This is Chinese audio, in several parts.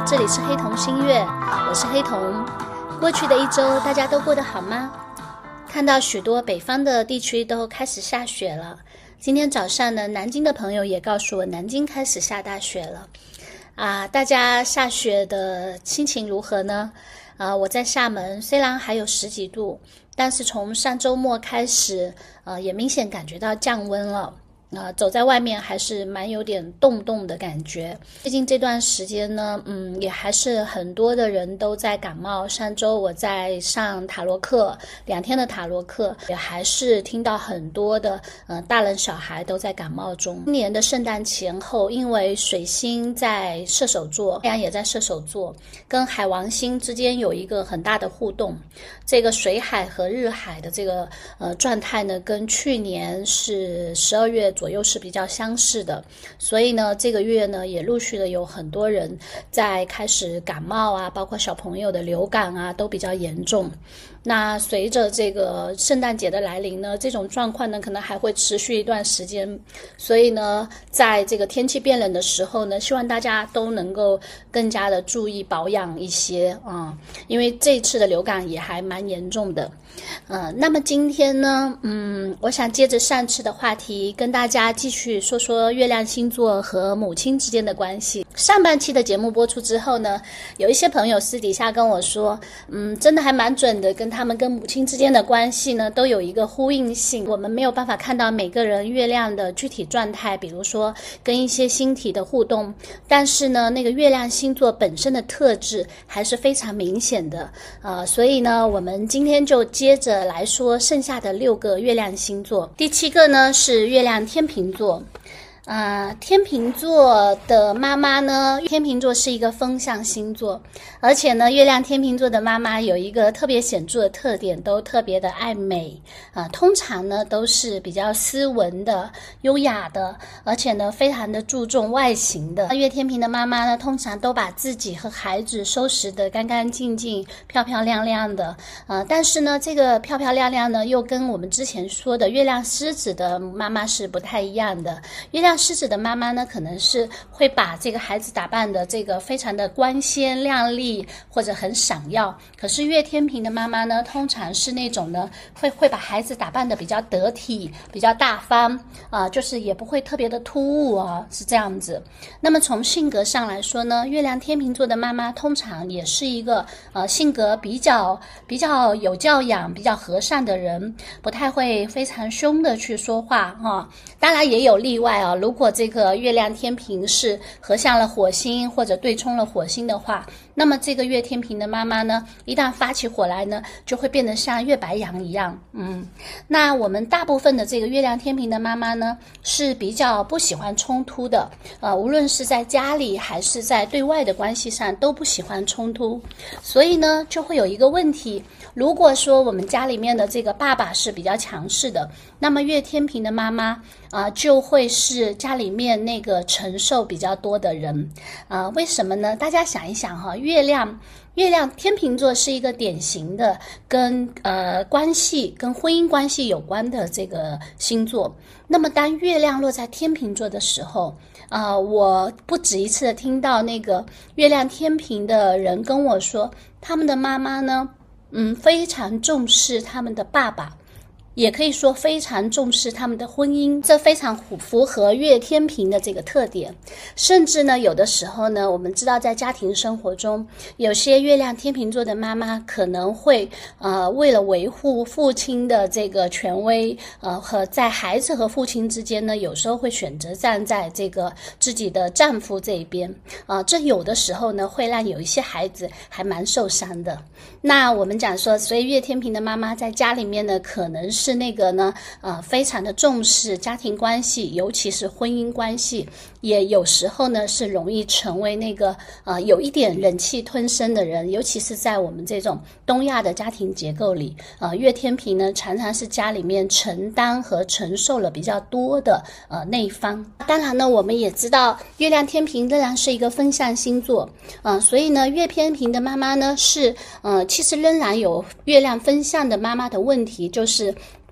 这里是黑瞳新月，我是黑瞳。过去的一周大家都过得好吗？看到许多北方的地区都开始下雪了。今天早上呢，南京的朋友也告诉我，南京开始下大雪了。大家下雪的心情如何呢？我在厦门，虽然还有10几度，但是从上周末开始，也明显感觉到降温了。走在外面还是蛮有点冻的感觉。最近这段时间呢，也还是很多的人都在感冒。上周我在上塔罗课，2天的塔罗课，也还是听到很多的大人小孩都在感冒中。今年的圣诞前后，因为水星在射手座，太阳也在射手座，跟海王星之间有一个很大的互动。这个水海和日海的这个状态呢，跟去年是12月左右是比较相似的，所以呢，这个月呢也陆续的有很多人在开始感冒啊，包括小朋友的流感啊都比较严重。那随着这个圣诞节的来临呢，这种状况呢可能还会持续一段时间，所以呢，在这个天气变冷的时候呢，希望大家都能够更加的注意保养一些因为这一次的流感也还蛮严重的。那么今天呢，我想接着上次的话题，跟大家继续说说月亮星座和母亲之间的关系。上半期的节目播出之后呢，有一些朋友私底下跟我说，真的还蛮准的，跟他们跟母亲之间的关系呢，都有一个呼应性。我们没有办法看到每个人月亮的具体状态，比如说跟一些星体的互动，但是呢，那个月亮星座本身的特质还是非常明显的。所以呢，我们今天就接着来说剩下的6个月亮星座。第7个呢是月亮天秤座。天秤座的妈妈呢，天秤座是一个风象星座，而且呢，月亮天秤座的妈妈有一个特别显著的特点，都特别的爱美通常呢都是比较斯文的、优雅的，而且呢非常的注重外形的。月天秤的妈妈呢，通常都把自己和孩子收拾得干干净净、漂漂亮亮的但是呢，这个漂漂亮亮呢，又跟我们之前说的月亮狮子的妈妈是不太一样的。月亮狮子的妈妈呢，可能是会把这个孩子打扮的这个非常的光鲜亮丽或者很闪耀，可是月天秤的妈妈呢，通常是那种呢会把孩子打扮的比较得体、比较大方就是也不会特别的突兀是这样子。那么从性格上来说呢，月亮天秤座的妈妈通常也是一个性格比较有教养、比较和善的人，不太会非常凶的去说话当然也有例外如果这个月亮天秤是合相了火星或者对冲了火星的话，那么这个月天秤的妈妈呢，一旦发起火来呢，就会变得像月白羊一样那我们大部分的这个月亮天秤的妈妈呢，是比较不喜欢冲突的无论是在家里还是在对外的关系上都不喜欢冲突。所以呢，就会有一个问题，如果说我们家里面的这个爸爸是比较强势的，那么月天秤的妈妈就会是家里面那个承受比较多的人为什么呢？大家想一想月亮天秤座是一个典型的跟关系跟婚姻关系有关的这个星座。那么当月亮落在天秤座的时候我不止一次的听到那个月亮天秤的人跟我说，他们的妈妈呢非常重视他们的爸爸，也可以说非常重视他们的婚姻，这非常符合月天秤的这个特点。甚至呢，有的时候呢，我们知道在家庭生活中，有些月亮天秤座的妈妈可能会为了维护父亲的这个权威和在孩子和父亲之间呢，有时候会选择站在这个自己的丈夫这一边这有的时候呢，会让有一些孩子还蛮受伤的。那我们讲说，所以月天秤的妈妈在家里面呢，可能是那个呢非常的重视家庭关系，尤其是婚姻关系，也有时候呢是容易成为那个有一点忍气吞声的人，尤其是在我们这种东亚的家庭结构里月天秤呢常常是家里面承担和承受了比较多的那一方。当然呢，我们也知道月亮天秤仍然是一个风象星座所以呢，月天秤的妈妈呢是其实仍然有月亮风象的妈妈的问题，就是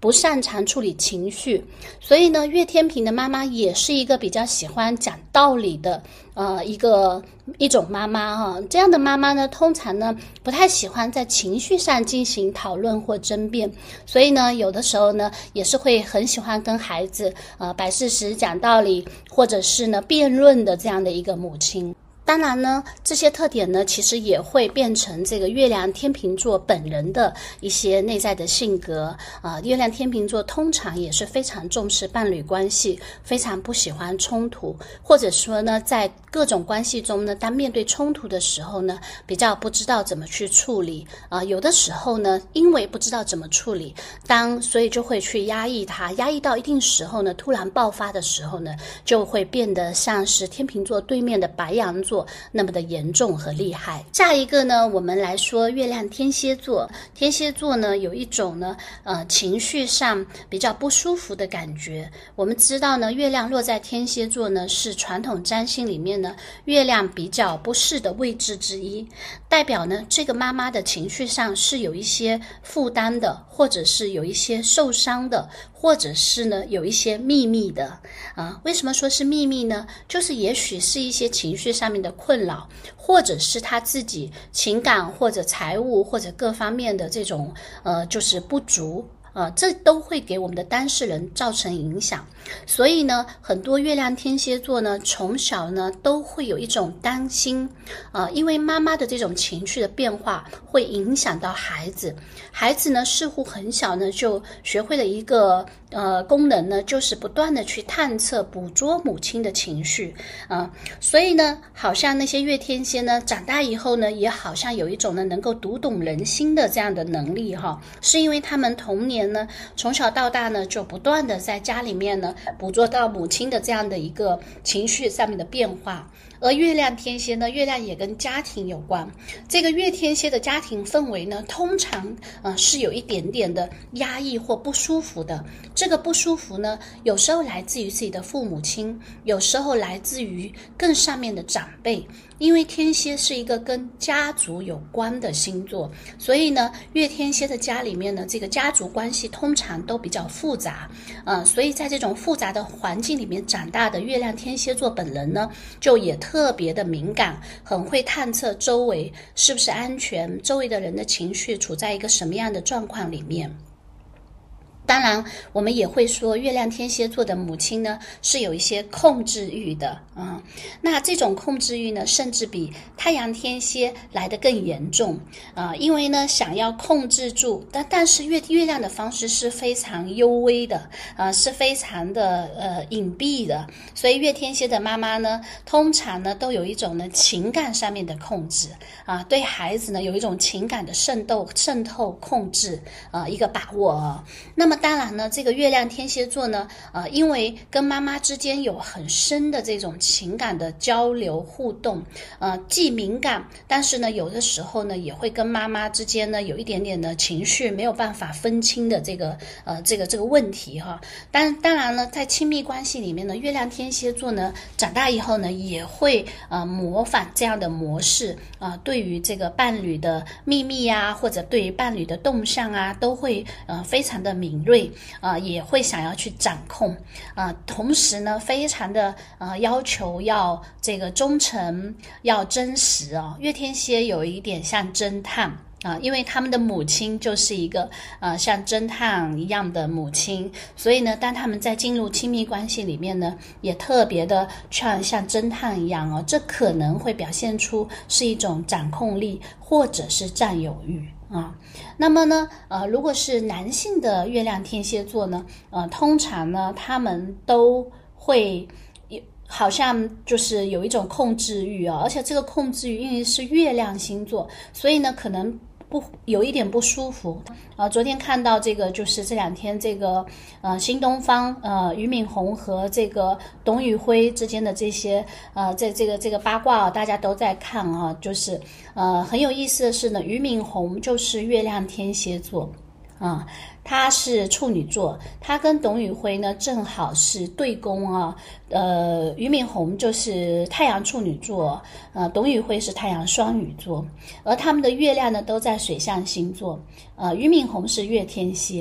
不擅长处理情绪，所以呢，月天平的妈妈也是一个比较喜欢讲道理的一种妈妈哈。这样的妈妈呢，通常呢不太喜欢在情绪上进行讨论或争辩，所以呢，有的时候呢也是会很喜欢跟孩子摆事实、讲道理，或者是呢辩论的这样的一个母亲。当然呢，这些特点呢，其实也会变成这个月亮天秤座本人的一些内在的性格月亮天秤座通常也是非常重视伴侣关系，非常不喜欢冲突，或者说呢，在各种关系中呢，当面对冲突的时候呢，比较不知道怎么去处理有的时候呢，因为不知道怎么处理，所以就会去压抑它，压抑到一定时候呢，突然爆发的时候呢，就会变得像是天秤座对面的白羊座那么的严重和厉害。下一个呢，我们来说月亮天蝎座。天蝎座呢，有一种呢情绪上比较不舒服的感觉。我们知道呢，月亮落在天蝎座呢，是传统占星里面呢月亮比较不适的位置之一，代表呢这个妈妈的情绪上是有一些负担的，或者是有一些受伤的，或者是呢有一些秘密的为什么说是秘密呢？就是也许是一些情绪上面的困扰，或者是他自己情感或者财务或者各方面的这种就是不足这都会给我们的当事人造成影响。所以呢，很多月亮天蝎座呢，从小呢都会有一种担心因为妈妈的这种情绪的变化会影响到孩子。孩子呢似乎很小呢就学会了一个功能呢，就是不断的去探测捕捉母亲的情绪所以呢，好像那些月天蝎呢长大以后呢，也好像有一种呢能够读懂人心的这样的能力是因为他们童年呢从小到大呢就不断的在家里面呢捕捉到母亲的这样的一个情绪上面的变化。而月亮天蝎呢，月亮也跟家庭有关。这个月天蝎的家庭氛围呢，通常是有一点点的压抑或不舒服的。这个不舒服呢，有时候来自于自己的父母亲，有时候来自于更上面的长辈。因为天蝎是一个跟家族有关的星座，所以呢，月天蝎的家里面呢，这个家族关系通常都比较复杂所以在这种复杂的环境里面长大的月亮天蝎座本人呢，就也特别的敏感，很会探测周围是不是安全，周围的人的情绪处在一个什么样的状况里面。当然我们也会说月亮天蝎座的母亲呢是有一些控制欲的那这种控制欲呢甚至比太阳天蝎来得更严重因为呢想要控制住，但是月亮的方式是非常幽微的是非常的隐蔽的，所以月天蝎的妈妈呢通常呢都有一种呢情感上面的控制对孩子呢有一种情感的渗透控制一个把握那么当然呢，这个月亮天蝎座呢因为跟妈妈之间有很深的这种情感的交流互动既敏感，但是呢有的时候呢也会跟妈妈之间呢有一点点的情绪没有办法分清的这个问题当然呢，在亲密关系里面呢，月亮天蝎座呢长大以后呢也会模仿这样的模式对于这个伴侣的秘密或者对于伴侣的动向都会非常的敏锐也会想要去掌控同时呢非常的要求要这个忠诚要真实月天蝎有一点像侦探因为他们的母亲就是一个像侦探一样的母亲，所以呢当他们在进入亲密关系里面呢也特别的像侦探一样这可能会表现出是一种掌控力或者是占有欲那么呢如果是男性的月亮天蝎座呢通常呢他们都会好像就是有一种控制欲而且这个控制欲因为是月亮星座，所以呢可能有一点不舒服昨天看到这个就是这两天这个新东方俞敏洪和这个董宇辉之间的这些这个八卦大家都在看就是很有意思的是呢，俞敏洪就是月亮天蝎座他是处女座，他跟董宇辉呢正好是对宫俞敏洪就是太阳处女座董宇辉是太阳双鱼座，而他们的月亮呢都在水象星座俞敏洪是月天蝎，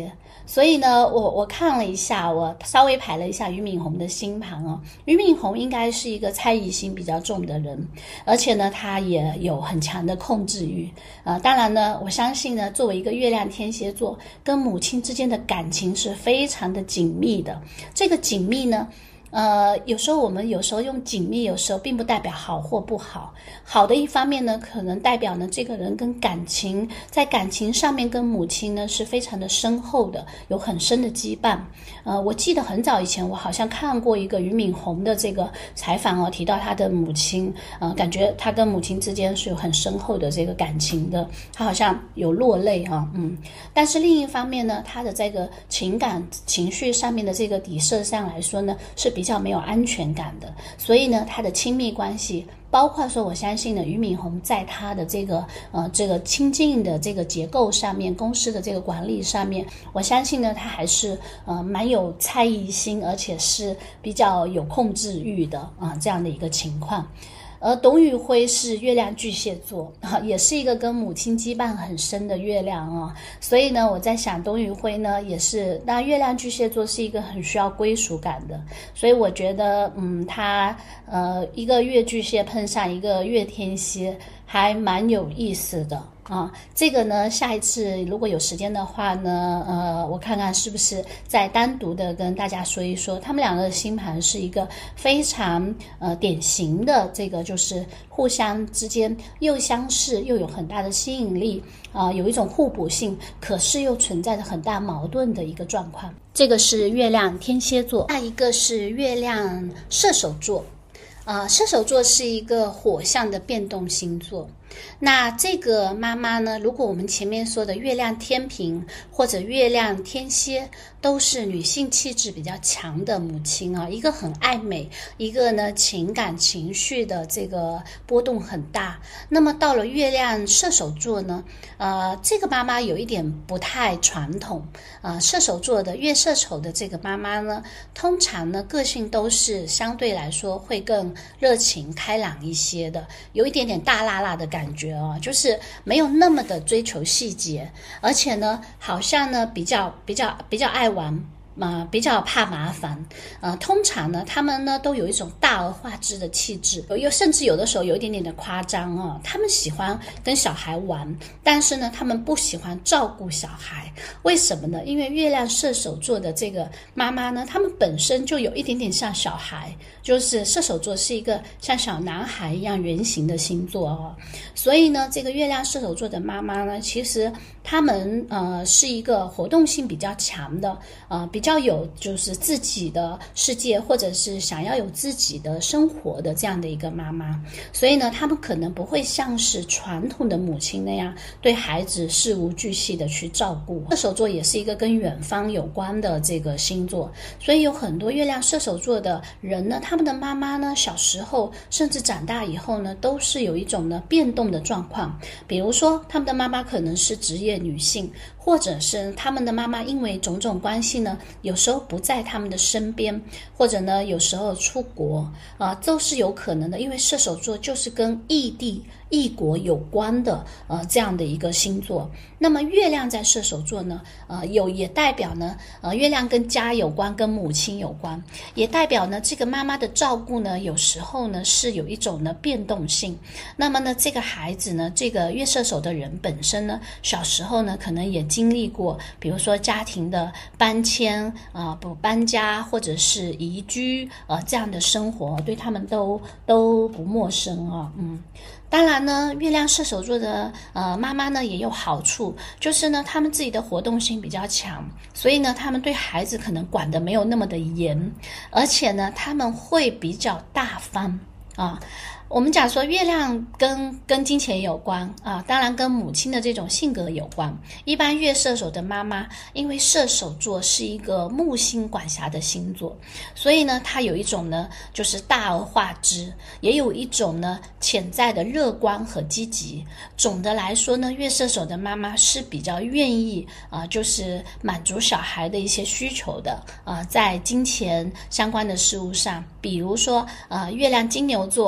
所以呢，我看了一下，我稍微排了一下俞敏洪的星盘哦。俞敏洪应该是一个猜疑心比较重的人，而且呢，他也有很强的控制欲。当然呢，我相信呢，作为一个月亮天蝎座，跟母亲之间的感情是非常的紧密的。这个紧密呢，有时候我们用紧密，有时候并不代表好或不好。好的一方面呢，可能代表呢这个人在感情上面跟母亲呢是非常的深厚的，有很深的羁绊。我记得很早以前我好像看过一个俞敏洪的这个采访哦，提到他的母亲，感觉他跟母亲之间是有很深厚的这个感情的，他好像有落泪啊，但是另一方面呢，他的这个情绪上面的这个底色上来说呢，是比较没有安全感的，所以呢，他的亲密关系，包括说我相信呢，俞敏洪在他的这个亲近的这个结构上面，公司的这个管理上面，我相信呢，他还是蛮有猜疑心，而且是比较有控制欲的这样的一个情况。而董宇辉是月亮巨蟹座，也是一个跟母亲羁绊很深的月亮啊，所以呢，我在想董宇辉呢也是，那月亮巨蟹座是一个很需要归属感的，所以我觉得他一个月巨蟹碰上一个月天蝎，还蛮有意思的。这个呢，下一次如果有时间的话呢，我看看是不是再单独的跟大家说一说，他们两个的星盘是一个非常典型的，这个就是互相之间又相似又有很大的吸引力，有一种互补性，可是又存在着很大矛盾的一个状况。这个是月亮天蝎座，下一个是月亮射手座。射手座是一个火象的变动星座。那这个妈妈呢，如果我们前面说的月亮天平或者月亮天蝎都是女性气质比较强的母亲啊，一个很爱美，一个呢情感情绪的这个波动很大。那么到了月亮射手座呢，这个妈妈有一点不太传统。射手座的月射手的这个妈妈呢，通常呢个性都是相对来说会更热情开朗一些的，有一点点大辣辣的感觉哦，就是没有那么的追求细节，而且呢好像呢比较爱玩，比较怕麻烦，通常呢他们呢都有一种大而化之的气质，甚至有的时候有一点点的夸张哦。他们喜欢跟小孩玩，但是呢他们不喜欢照顾小孩。为什么呢？因为月亮射手座的这个妈妈呢，他们本身就有一点点像小孩，就是射手座是一个像小男孩一样圆形的星座哦。所以呢这个月亮射手座的妈妈呢，其实他们是一个活动性比较强的，比较有就是自己的世界，或者是想要有自己的生活的这样的一个妈妈。所以呢他们可能不会像是传统的母亲那样对孩子事无巨细的去照顾。射手座也是一个跟远方有关的这个星座，所以有很多月亮射手座的人呢，他们的妈妈呢小时候甚至长大以后呢，都是有一种呢变动的状况。比如说他们的妈妈可能是职业女性，或者是他们的妈妈因为种种关系呢，有时候不在他们的身边，或者呢有时候出国都是有可能的。因为射手座就是跟异地异国有关的这样的一个星座。那么月亮在射手座呢，也代表呢月亮跟家有关，跟母亲有关，也代表呢这个妈妈的照顾呢有时候呢是有一种呢变动性。那么呢这个孩子呢，这个月射手的人本身呢，小时候呢可能也经历过，比如说家庭的搬迁搬家或者是移居这样的生活，对他们都不陌生啊。当然呢月亮射手座的妈妈呢也有好处，就是呢他们自己的活动性比较强，所以呢他们对孩子可能管得没有那么的严，而且呢他们会比较大方我们讲说月亮跟金钱有关当然跟母亲的这种性格有关。一般月射手的妈妈，因为射手座是一个木星管辖的星座，所以呢它有一种呢就是大而化之，也有一种呢潜在的乐观和积极。总的来说呢，月射手的妈妈是比较愿意就是满足小孩的一些需求的在金钱相关的事物上。比如说月亮金牛座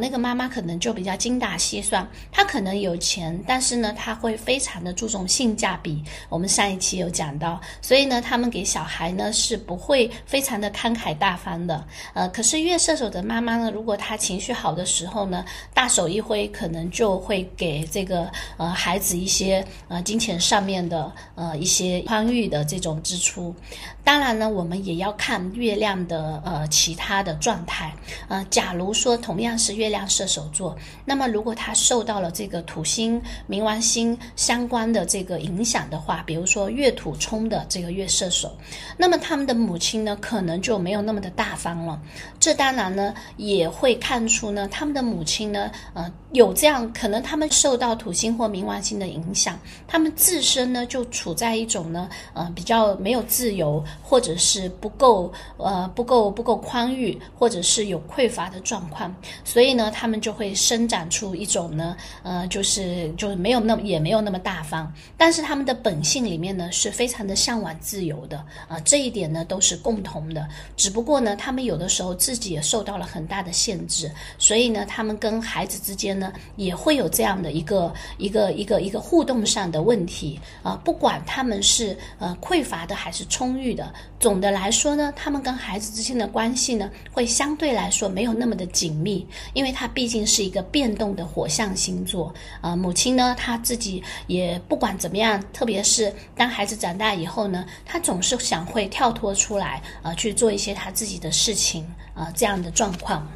那个妈妈可能就比较精打细算，她可能有钱，但是呢她会非常的注重性价比，我们上一期有讲到，所以呢他们给小孩呢是不会非常的慷慨大方的。可是月射手的妈妈呢，如果她情绪好的时候呢，大手一挥，可能就会给这个孩子一些金钱上面的一些宽裕的这种支出。当然呢，我们也要看月亮的其他的状态。假如说同样是月亮射手座，那么如果他受到了这个土星、冥王星相关的这个影响的话，比如说月土冲的这个月射手，那么他们的母亲呢，可能就没有那么的大方了。这当然呢，也会看出呢，他们的母亲呢，有这样可能他们受到土星或冥王星的影响，他们自身呢就处在一种呢，比较没有自由，或者是不够宽裕，或者是有匮乏的状况，所以呢，他们就会生长出一种呢，就是没有那么大方，但是他们的本性里面呢是非常的向往自由的，这一点呢都是共同的，只不过呢，他们有的时候自己也受到了很大的限制，所以呢，他们跟孩子之间呢也会有这样的一个互动上的问题不管他们是匮乏的还是充裕的，总的来说呢，他们跟孩子之间的关系呢会相对来说没有那么的紧密，因为它毕竟是一个变动的火象星座母亲呢，她自己也不管怎么样，特别是当孩子长大以后呢，她总是想会跳脱出来去做一些她自己的事情这样的状况。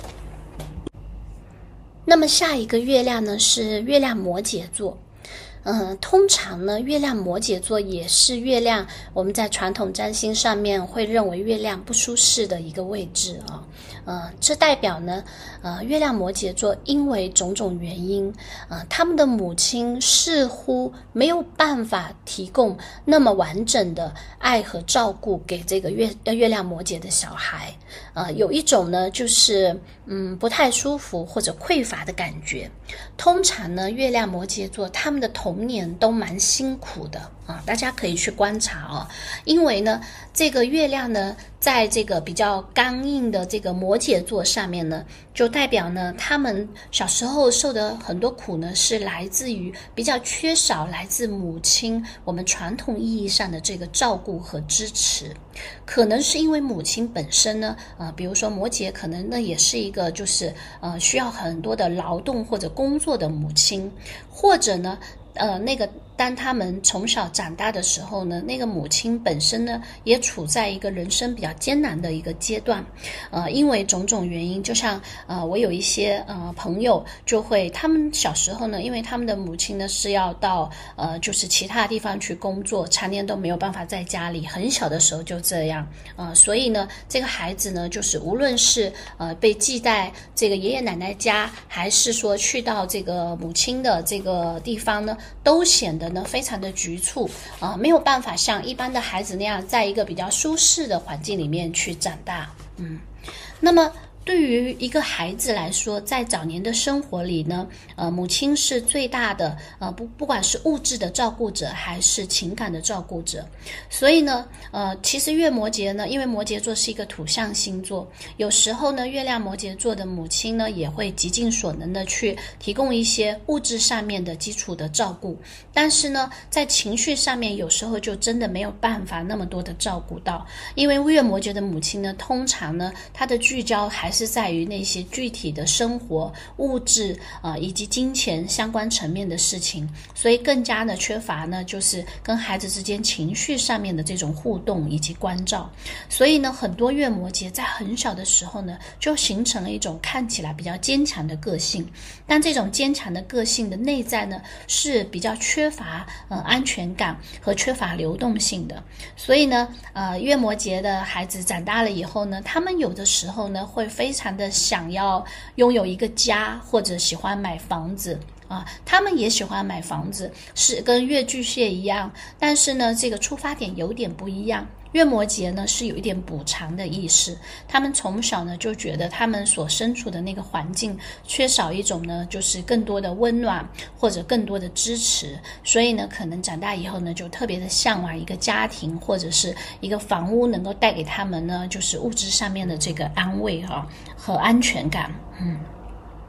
那么下一个月亮呢是月亮摩羯座。通常呢，月亮摩羯座也是月亮我们在传统占星上面会认为月亮不舒适的一个位置这代表呢，月亮摩羯座因为种种原因，他们的母亲似乎没有办法提供那么完整的爱和照顾给这个月亮摩羯的小孩，有一种呢就是不太舒服或者匮乏的感觉。通常呢，月亮摩羯座他们的童年都蛮辛苦的大家可以去观察因为呢，这个月亮呢，在这个比较刚硬的这个摩羯座上面呢，就代表呢，他们小时候受的很多苦呢，是来自于比较缺少来自母亲我们传统意义上的这个照顾和支持。可能是因为母亲本身呢，比如说摩羯可能呢也是一个就是需要很多的劳动或者工作的母亲，或者呢当他们从小长大的时候呢，那个母亲本身呢也处在一个人生比较艰难的一个阶段，因为种种原因，就像我有一些朋友就会，他们小时候呢，因为他们的母亲呢是要到就是其他地方去工作，常年都没有办法在家里，很小的时候就这样所以呢，这个孩子呢，就是无论是被寄在这个爷爷奶奶家，还是说去到这个母亲的这个地方呢，都显得呢非常的局促没有办法像一般的孩子那样在一个比较舒适的环境里面去长大那么对于一个孩子来说，在早年的生活里呢，母亲是最大的不管是物质的照顾者还是情感的照顾者。所以呢，其实月摩羯呢，因为摩羯座是一个土象星座，有时候呢，月亮摩羯座的母亲呢，也会极尽所能的去提供一些物质上面的基础的照顾，但是呢，在情绪上面，有时候就真的没有办法那么多的照顾到，因为月摩羯的母亲呢，通常呢，她的聚焦还是在于那些具体的生活、物质以及金钱相关层面的事情，所以更加的缺乏呢，就是跟孩子之间情绪上面的这种互动以及关照。所以呢，很多月摩羯在很小的时候呢，就形成了一种看起来比较坚强的个性，但这种坚强的个性的内在呢，是比较缺乏安全感和缺乏流动性的。所以呢，月摩羯的孩子长大了以后呢，他们有的时候呢，会非常的想要拥有一个家，或者喜欢买房子他们也喜欢买房子，是跟月巨蟹一样，但是呢，这个出发点有点不一样。月摩羯呢是有一点补偿的意识，他们从小呢就觉得他们所身处的那个环境缺少一种呢就是更多的温暖或者更多的支持，所以呢可能长大以后呢就特别的向往一个家庭或者是一个房屋能够带给他们呢就是物质上面的这个安慰和安全感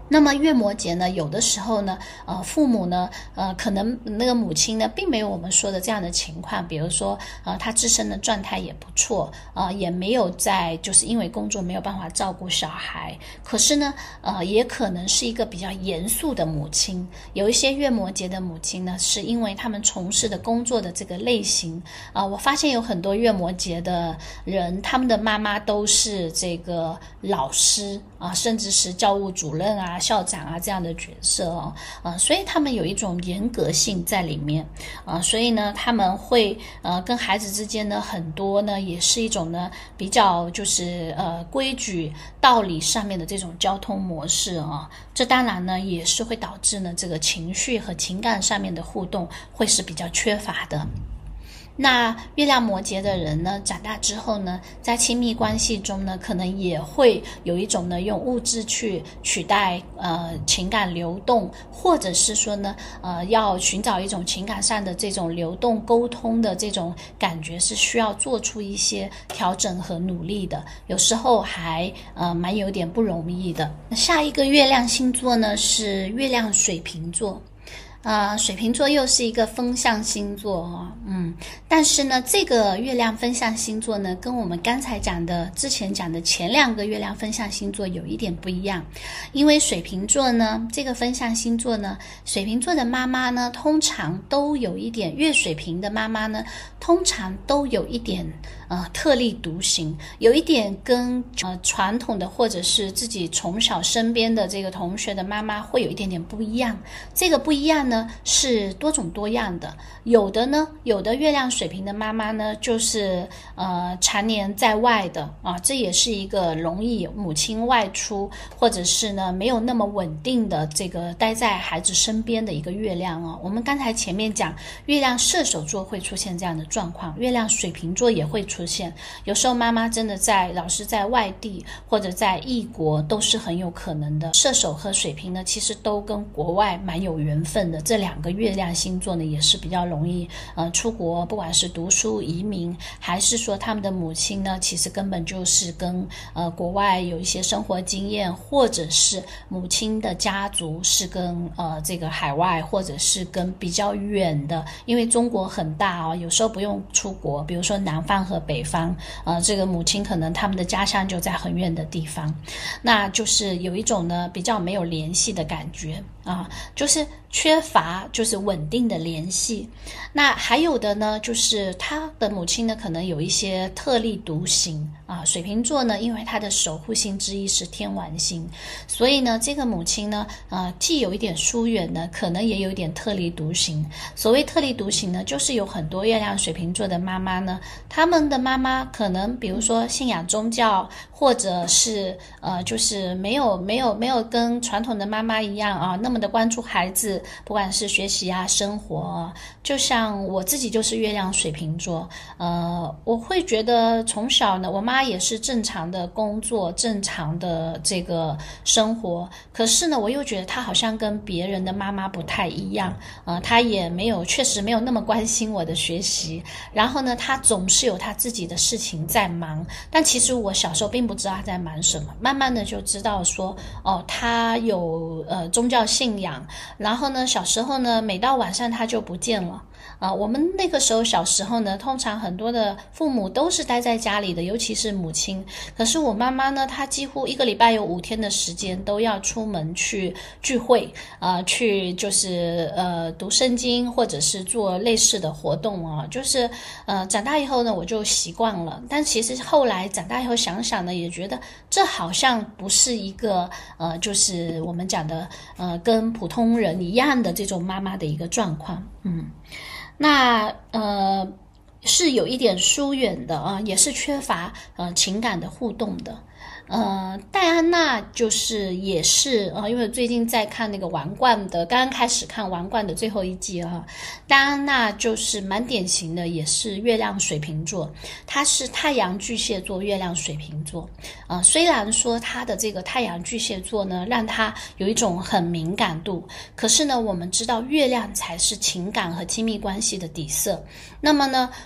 那么月摩羯呢，有的时候呢，父母呢，可能那个母亲呢，并没有我们说的这样的情况，比如说，她自身的状态也不错，也没有就是因为工作没有办法照顾小孩，可是呢，也可能是一个比较严肃的母亲。有一些月摩羯的母亲呢，是因为他们从事的工作的这个类型，我发现有很多月摩羯的人，他们的妈妈都是这个老师啊，甚至是教务主任啊、校长啊这样的角色所以他们有一种严格性在里面所以呢，他们会跟孩子之间呢，很多呢也是一种呢比较就是规矩道理上面的这种交通模式这当然呢也是会导致呢这个情绪和情感上面的互动会是比较缺乏的。那月亮摩羯的人呢，长大之后呢，在亲密关系中呢，可能也会有一种呢，用物质去取代情感流动，或者是说呢，要寻找一种情感上的这种流动沟通的这种感觉，是需要做出一些调整和努力的，有时候还蛮有点不容易的。下一个月亮星座呢是月亮水瓶座。水瓶座又是一个风象星座但是呢，这个月亮风象星座呢，跟我们刚才之前讲的前2个月亮风象星座有一点不一样，因为水瓶座呢，这个风象星座呢，水瓶座的妈妈呢，通常都有一点，月水瓶的妈妈呢，通常都有一点特立独行，有一点跟传统的或者是自己从小身边的这个同学的妈妈会有一点点不一样。这个不一样呢是多种多样的，有的月亮水瓶的妈妈呢，就是常年在外的这也是一个容易母亲外出，或者是呢没有那么稳定的这个待在孩子身边的一个月亮我们刚才前面讲，月亮射手座会出现这样的状况，月亮水瓶座也会出现，有时候妈妈真的老是在外地或者在异国都是很有可能的。射手和水瓶呢，其实都跟国外蛮有缘分的，这2个月亮星座呢也是比较容易出国，不管是读书移民，还是说他们的母亲呢，其实根本就是跟国外有一些生活经验，或者是母亲的家族是跟这个海外，或者是跟比较远的，因为中国很大有时候不用出国，比如说南方和北方这个母亲可能他们的家乡就在很远的地方，那就是有一种呢比较没有联系的感觉就是缺乏就是稳定的联系。那还有的呢，就是他的母亲呢可能有一些特立独行水瓶座呢，因为他的守护星之一是天王星，所以呢这个母亲呢既有一点疏远呢，可能也有一点特立独行。所谓特立独行呢，就是有很多月亮水瓶座的妈妈呢，他们的妈妈可能比如说信仰宗教，或者是就是没有跟传统的妈妈一样那么的关注孩子，不管是学习生活就像我自己就是月亮水瓶座我会觉得从小呢，我妈也是正常的工作，正常的这个生活，可是呢我又觉得她好像跟别人的妈妈不太一样她也确实没有那么关心我的学习，然后呢她总是有她自己的事情在忙，但其实我小时候并不知道她在忙什么，慢慢的就知道说她有宗教信仰，然后呢小时候呢每到晚上她就不见了我们那个时候小时候呢，通常很多的父母都是待在家里的，尤其是母亲。可是我妈妈呢，她几乎1个礼拜有5天的时间都要出门去聚会去就是读圣经，或者是做类似的活动就是长大以后呢，我就习惯了。但其实后来长大以后想想呢，也觉得这好像不是一个就是我们讲的跟普通人一样的这种妈妈的一个状况那是有一点疏远的也是缺乏情感的互动的。戴安娜就是也是因为最近在看那个王冠的，刚刚开始看王冠的最后一季戴安娜就是蛮典型的，也是月亮水瓶座，她是太阳巨蟹座月亮水瓶座虽然说她的这个太阳巨蟹座呢让她有一种很敏感度，可是呢我们知道月亮才是情感和亲密关系的底色，那么呢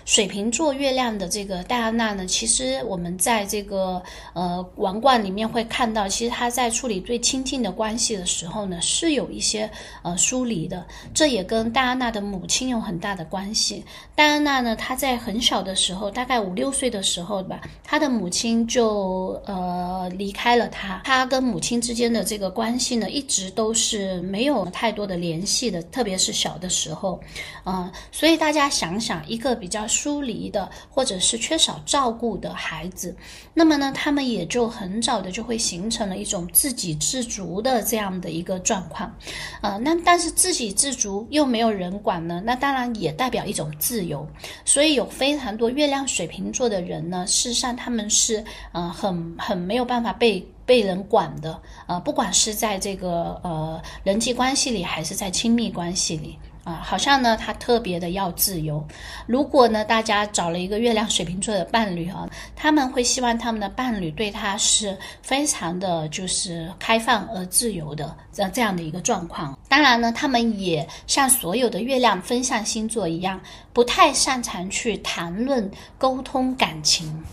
水瓶座月亮的这个戴安娜呢，其实我们在这个王冠里面会看到，其实她在处理最亲近的关系的时候呢，是有一些疏离的，这也跟戴安娜的母亲有很大的关系。戴安娜呢，她在很小的时候，大概5-6岁的时候吧，她的母亲就离开了她，她跟母亲之间的这个关系呢，一直都是没有太多的联系的，特别是小的时候，所以大家想想，一个比较疏离的，或者是缺少照顾的孩子，那么呢，他们也就很早的就会形成了一种自给自足的这样的一个状况，那但是自给自足又没有人管呢，那当然也代表一种自由，所以有非常多月亮水瓶座的人呢，事实上他们是很没有办法被人管的，不管是在这个人际关系里，还是在亲密关系里。好像呢他特别的要自由。如果呢大家找了一个月亮水瓶座的伴侣他们会希望他们的伴侣对他是非常的就是开放而自由的这样的一个状况。当然呢他们也像所有的月亮风象星座一样，不太擅长去谈论沟通感情。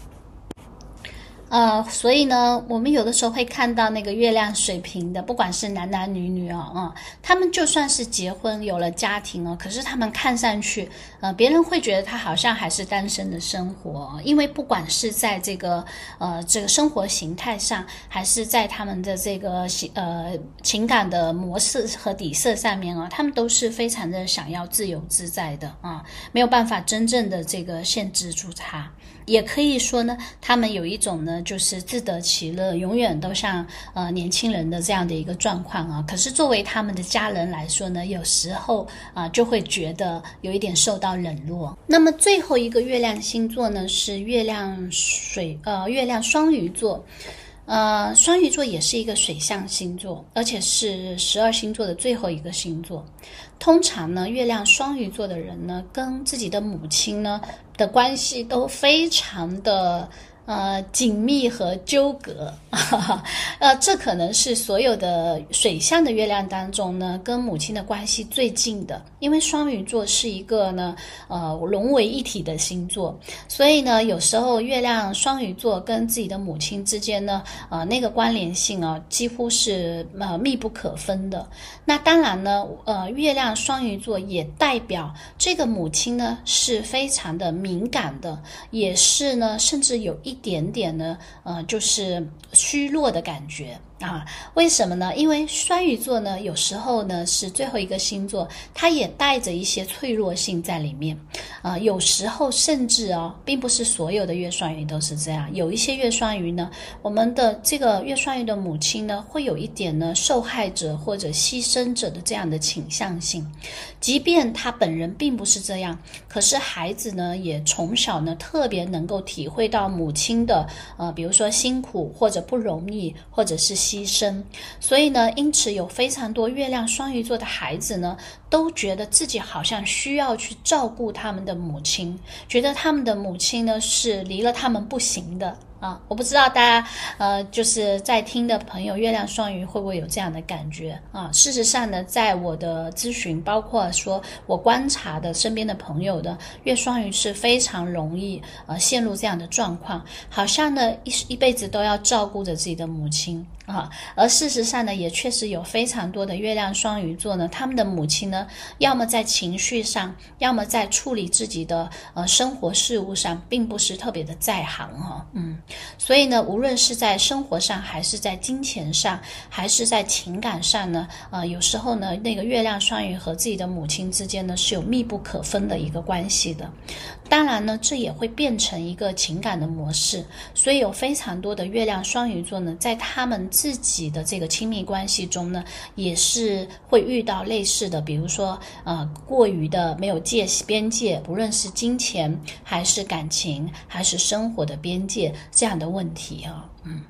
所以呢，我们有的时候会看到那个月亮水瓶的，不管是男男女女他们就算是结婚有了家庭可是他们看上去别人会觉得他好像还是单身的生活，因为不管是在这个生活形态上，还是在他们的这个情感的模式和底色上面他们都是非常的想要自由自在的没有办法真正的这个限制住他。也可以说呢，他们有一种呢，就是自得其乐，永远都像年轻人的这样的一个状况可是作为他们的家人来说呢，有时候就会觉得有一点受到冷落。那么最后一个月亮星座呢，是月亮双鱼座。双鱼座也是一个水象星座，而且是12星座的最后一个星座。通常呢，月亮双鱼座的人呢，跟自己的母亲呢的关系都非常的紧密和纠葛这可能是所有的水象的月亮当中呢，跟母亲的关系最近的，因为双鱼座是一个呢融为一体的星座，所以呢有时候月亮双鱼座跟自己的母亲之间呢那个关联性几乎是密不可分的。那当然呢月亮双鱼座也代表这个母亲呢是非常的敏感的，也是呢甚至有一点点呢就是虚弱的感觉为什么呢？因为双鱼座呢有时候呢是最后一个星座，它也带着一些脆弱性在里面有时候甚至并不是所有的月双鱼都是这样，有一些月双鱼呢，我们的这个月双鱼的母亲呢会有一点呢受害者或者牺牲者的这样的倾向性，即便他本人并不是这样，可是孩子呢也从小呢特别能够体会到母亲的比如说辛苦或者不容易或者是牺牲，所以呢因此有非常多月亮双鱼座的孩子呢都觉得自己好像需要去照顾他们的母亲，觉得他们的母亲呢是离了他们不行的我不知道大家就是在听的朋友月亮双鱼会不会有这样的感觉事实上呢，在我的咨询包括说我观察的身边的朋友的月双鱼是非常容易陷入这样的状况，好像呢一辈子都要照顾着自己的母亲而事实上呢也确实有非常多的月亮双鱼座呢，他们的母亲呢要么在情绪上，要么在处理自己的生活事务上并不是特别的在行所以呢无论是在生活上，还是在金钱上，还是在情感上呢有时候呢那个月亮双鱼和自己的母亲之间呢是有密不可分的一个关系的。当然呢这也会变成一个情感的模式，所以有非常多的月亮双鱼座呢在他们自己的这个亲密关系中呢也是会遇到类似的，比如说过于的没有边界，不论是金钱还是感情还是生活的边界这样的问题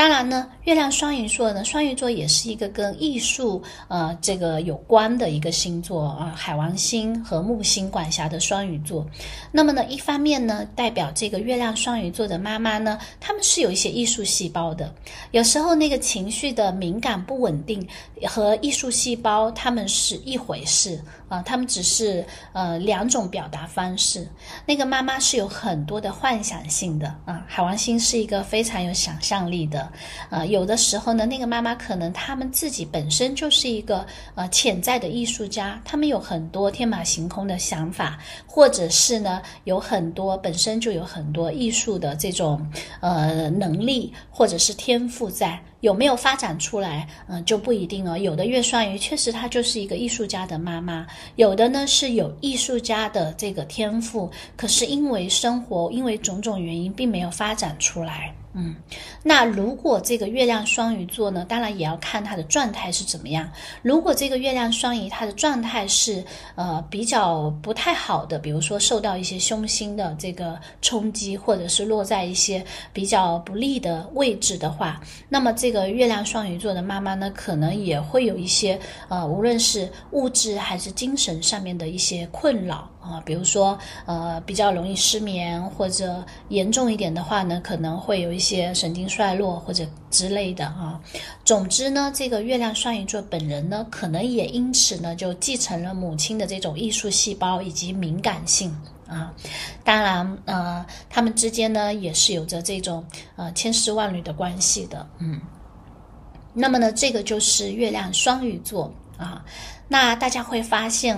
当然呢，月亮双鱼座呢，双鱼座也是一个跟艺术这个有关的一个星座啊，海王星和木星管辖的双鱼座。那么呢，一方面呢，代表这个月亮双鱼座的妈妈呢，她们是有一些艺术细胞的。有时候那个情绪的敏感不稳定和艺术细胞他们是一回事啊，他们只是两种表达方式。那个妈妈是有很多的幻想性的啊，海王星是一个非常有想象力的。有的时候呢，那个妈妈可能他们自己本身就是一个潜在的艺术家，他们有很多天马行空的想法，或者是呢有很多本身就有很多艺术的这种能力或者是天赋在。有没有发展出来就不一定哦。有的月双鱼确实她就是一个艺术家的妈妈，有的呢是有艺术家的这个天赋，可是因为生活因为种种原因并没有发展出来。那如果这个月亮双鱼座呢，当然也要看它的状态是怎么样。如果这个月亮双鱼它的状态是比较不太好的，比如说受到一些凶星的这个冲击，或者是落在一些比较不利的位置的话，那么这个月亮双鱼座的妈妈呢，可能也会有一些无论是物质还是精神上面的一些困扰比如说比较容易失眠，或者严重一点的话呢，可能会有一些神经衰弱或者之类的总之呢，这个月亮双鱼座本人呢，可能也因此呢就继承了母亲的这种艺术细胞以及敏感性当然他们之间呢也是有着这种千丝万缕的关系的那么呢，这个就是月亮双鱼座那大家会发现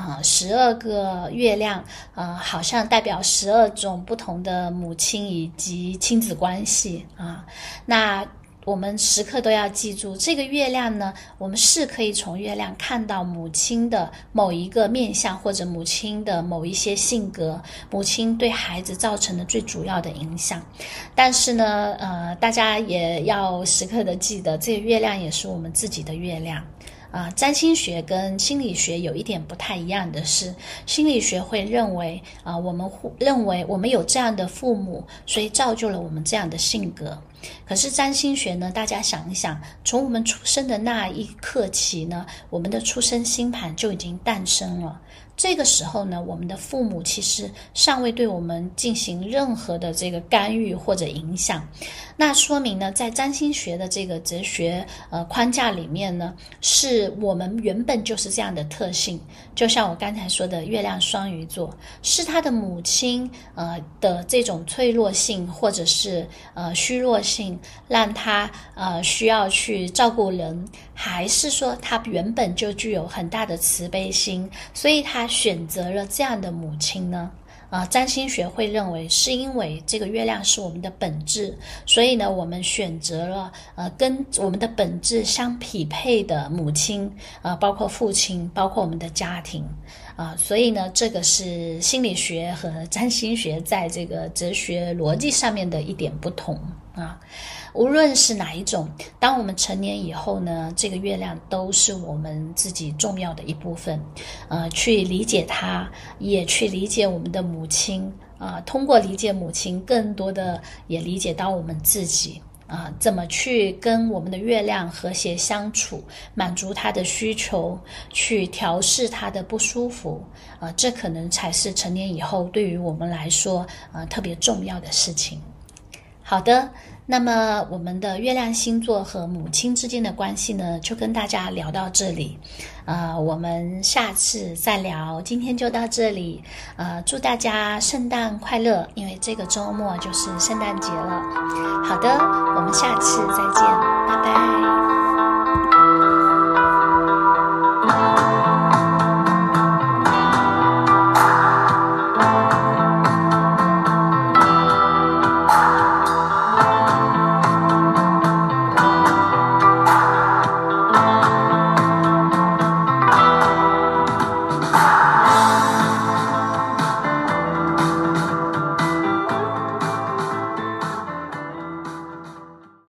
12个月亮好像代表12种不同的母亲以及亲子关系那我们时刻都要记住，这个月亮呢，我们是可以从月亮看到母亲的某一个面向，或者母亲的某一些性格，母亲对孩子造成的最主要的影响。但是呢大家也要时刻的记得，这个月亮也是我们自己的月亮占星学跟心理学有一点不太一样的是，心理学会认为我们认为我们有这样的父母，所以造就了我们这样的性格。可是占星学呢，大家想一想，从我们出生的那一刻起呢，我们的出生星盘就已经诞生了。这个时候呢，我们的父母其实尚未对我们进行任何的这个干预或者影响。那说明呢，在占星学的这个哲学框架里面呢，是我们原本就是这样的特性。就像我刚才说的，月亮双鱼座是他的母亲的这种脆弱性或者是虚弱性，让他需要去照顾人，还是说他原本就具有很大的慈悲心，所以他选择了这样的母亲呢？占星学会认为是因为这个月亮是我们的本质，所以呢，我们选择了跟我们的本质相匹配的母亲包括父亲，包括我们的家庭所以呢，这个是心理学和占星学在这个哲学逻辑上面的一点不同无论是哪一种，当我们成年以后呢，这个月亮都是我们自己重要的一部分去理解它，也去理解我们的母亲通过理解母亲，更多的也理解到我们自己怎么去跟我们的月亮和谐相处，满足他的需求，去调试他的不舒服这可能才是成年以后对于我们来说特别重要的事情。好的，那么我们的月亮星座和母亲之间的关系呢，就跟大家聊到这里我们下次再聊，今天就到这里祝大家圣诞快乐，因为这个周末就是圣诞节了。好的，我们下次再见，拜拜。